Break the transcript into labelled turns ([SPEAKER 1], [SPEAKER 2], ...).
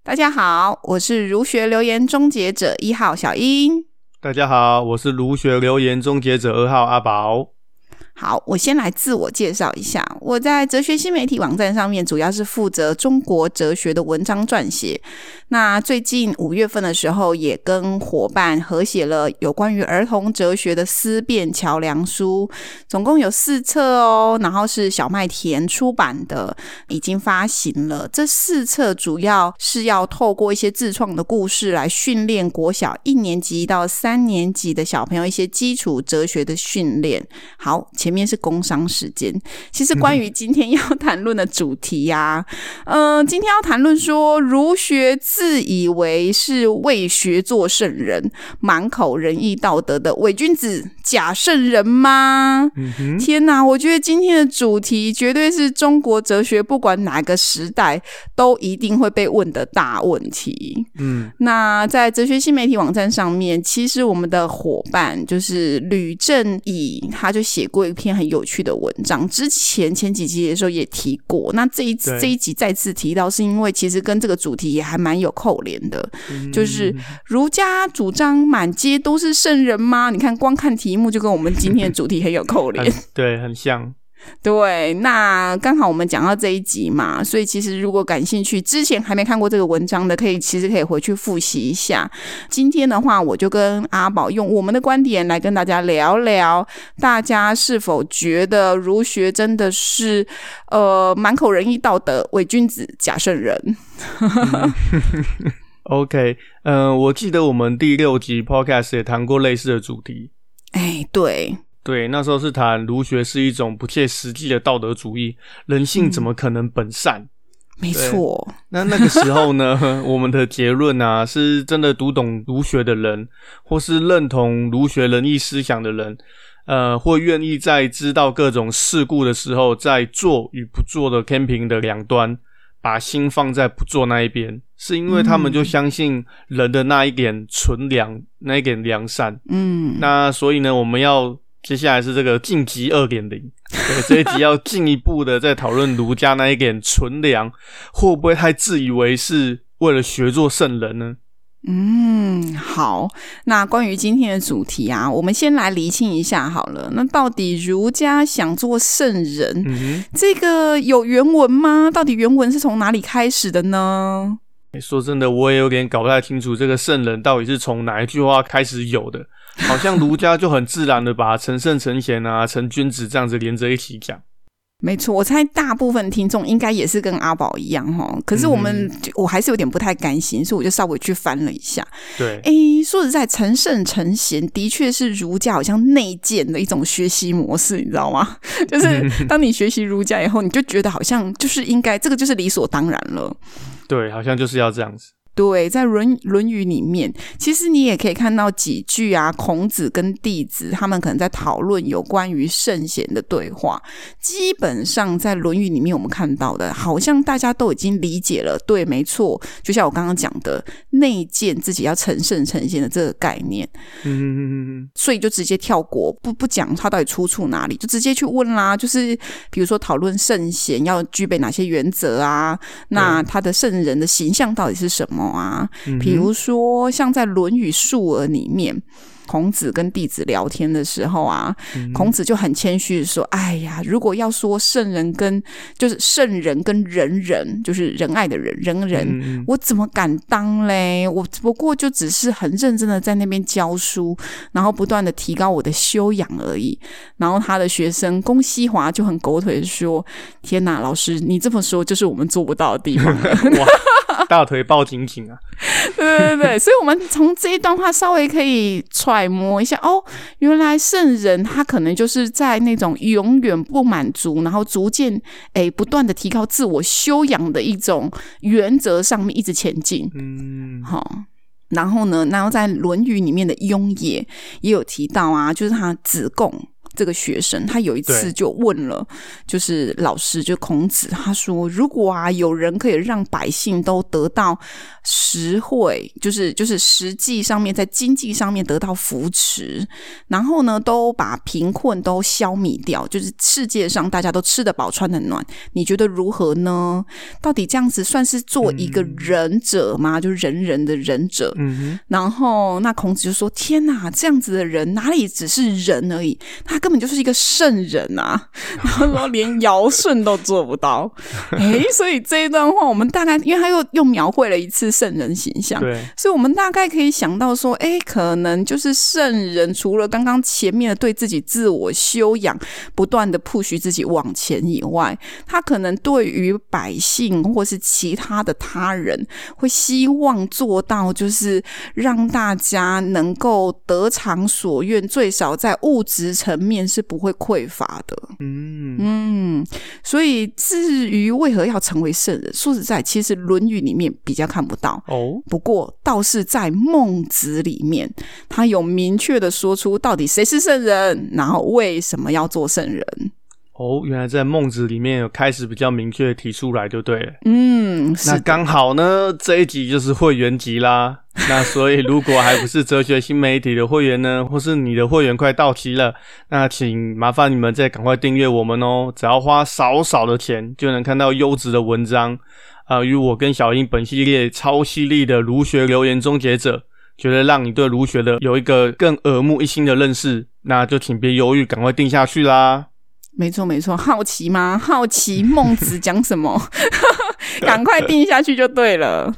[SPEAKER 1] 大家好，我是儒学留言终结者1号小英。
[SPEAKER 2] 大家好，我是儒学留言终结者2号阿宝。
[SPEAKER 1] 好，我先来自我介绍一下，我在哲学新媒体网站上面主要是负责中国哲学的文章撰写。那最近5月份的时候也跟伙伴合写了有关于儿童哲学的思辨桥梁书，总共有4册哦，然后是小麦田出版的，已经发行了。这4册主要是要透过一些自创的故事来训练国小1年级到3年级的小朋友一些基础哲学的训练。好，前面是工商时间。其实关于今天要谈论的主题啊，今天要谈论说儒学自以为是为学做圣人，满口仁义道德的伪君子假圣人吗？天哪，我觉得今天的主题绝对是中国哲学不管哪个时代都一定会被问的大问题。那在哲学新媒体网站上面，其实我们的伙伴就是吕正义，他就写过一篇很有趣的文章，之前前几集的时候也提过，那这一集再次提到，是因为其实跟这个主题也还蛮有扣连的，就是儒家主张满街都是圣人吗？你看光看题目就跟我们今天的主题很有扣连
[SPEAKER 2] 对，很像。
[SPEAKER 1] 对，那刚好我们讲到这一集嘛，所以其实如果感兴趣，之前还没看过这个文章的，其实可以回去复习一下。今天的话，我就跟阿宝用我们的观点来跟大家聊聊，大家是否觉得儒学真的是满口仁义道德、伪君子假圣人
[SPEAKER 2] OK， 我记得我们第6集 Podcast 也谈过类似的主题。
[SPEAKER 1] 对，
[SPEAKER 2] 那时候是谈儒学是一种不切实际的道德主义，人性怎么可能本善？
[SPEAKER 1] 没错。
[SPEAKER 2] 那个时候呢，我们的结论啊，是真的读懂儒学的人，或是认同儒学仁义思想的人，或愿意在知道各种事故的时候，在做与不做的天平的两端，把心放在不做那一边，是因为他们就相信人的那一点纯良，那一点良善。那所以呢，我们要接下来是这个晋级 2.0， 对，这一集要进一步的在讨论儒家那一点纯良，会不会太自以为是为了学做圣人呢？
[SPEAKER 1] 好，那关于今天的主题啊，我们先来厘清一下好了。那到底儒家想做圣人，这个有原文吗？到底原文是从哪里开始的呢？
[SPEAKER 2] 说真的，我也有点搞不太清楚这个圣人到底是从哪一句话开始有的，好像儒家就很自然的把成圣成贤啊、成君子这样子连着一起讲。
[SPEAKER 1] 没错，我猜大部分听众应该也是跟阿宝一样齁，可是我还是有点不太甘心，所以我就稍微去翻了一下。
[SPEAKER 2] 对，
[SPEAKER 1] 说实在，成圣成贤的确是儒家好像内建的一种学习模式，你知道吗？就是当你学习儒家以后，你就觉得好像就是应该，这个就是理所当然了。
[SPEAKER 2] 对，好像就是要这样子。
[SPEAKER 1] 对，在论语里面，其实你也可以看到几句啊，孔子跟弟子他们可能在讨论有关于圣贤的对话。基本上在论语里面我们看到的，好像大家都已经理解了，对，没错，就像我刚刚讲的，内建自己要成圣成贤的这个概念。所以就直接跳过，不讲他到底出处哪里，就直接去问啦，就是比如说讨论圣贤要具备哪些原则啊，那他的圣人的形象到底是什么啊？比如说像在《论语述而》里面，孔子跟弟子聊天的时候啊，孔子就很谦虚的说，哎呀，如果要说圣人跟仁人，就是仁爱的人，我怎么敢当嘞？我不过就只是很认真的在那边教书，然后不断的提高我的修养而已。然后他的学生龚西华就很狗腿的说，天哪，老师你这么说就是我们做不到的地方了。
[SPEAKER 2] 哇，大腿抱紧紧啊。
[SPEAKER 1] 对，所以我们从这一段话稍微可以揣摩一下，原来圣人他可能就是在那种永远不满足，然后逐渐不断的提高自我修养的一种原则上面一直前进。然后呢，然后在《论语》里面的雍也有提到啊，就是他子贡这个学生，他有一次就问了就是老师就孔子，他说如果有人可以让百姓都得到实惠，就是实际上面在经济上面得到扶持，然后呢都把贫困都消弭掉，就是世界上大家都吃得饱穿得暖，你觉得如何呢？到底这样子算是做一个仁者吗？就是仁人的仁者。然后那孔子就说天哪，这样子的人哪里只是人而已，他根本就是一个圣人啊。然后说连尧舜都做不到。所以这一段话我们大概因为他又描绘了一次圣人形象，
[SPEAKER 2] 对，
[SPEAKER 1] 所以我们大概可以想到说可能就是圣人除了刚刚前面的对自己自我修养不断的 push 自己往前以外，他可能对于百姓或是其他的他人会希望做到就是让大家能够得偿所愿，最少在物质层面是不会匮乏的。所以至于为何要成为圣人，说实在其实论语里面比较看不到不过倒是在孟子里面他有明确的说出到底谁是圣人，然后为什么要做圣人。
[SPEAKER 2] 原来在孟子里面有开始比较明确的提出来就对了。
[SPEAKER 1] 是
[SPEAKER 2] 那刚好呢这一集就是会员集啦。那所以如果还不是哲学新媒体的会员呢，或是你的会员快到期了，那请麻烦你们再赶快订阅我们只要花少少的钱就能看到优质的文章与我跟小英本系列超犀利的儒学留言终结者，觉得让你对儒学的有一个更耳目一新的认识，那就请别犹豫，赶快订下去啦。
[SPEAKER 1] 没错没错，好奇吗？好奇孟子讲什么赶快订下去就对了。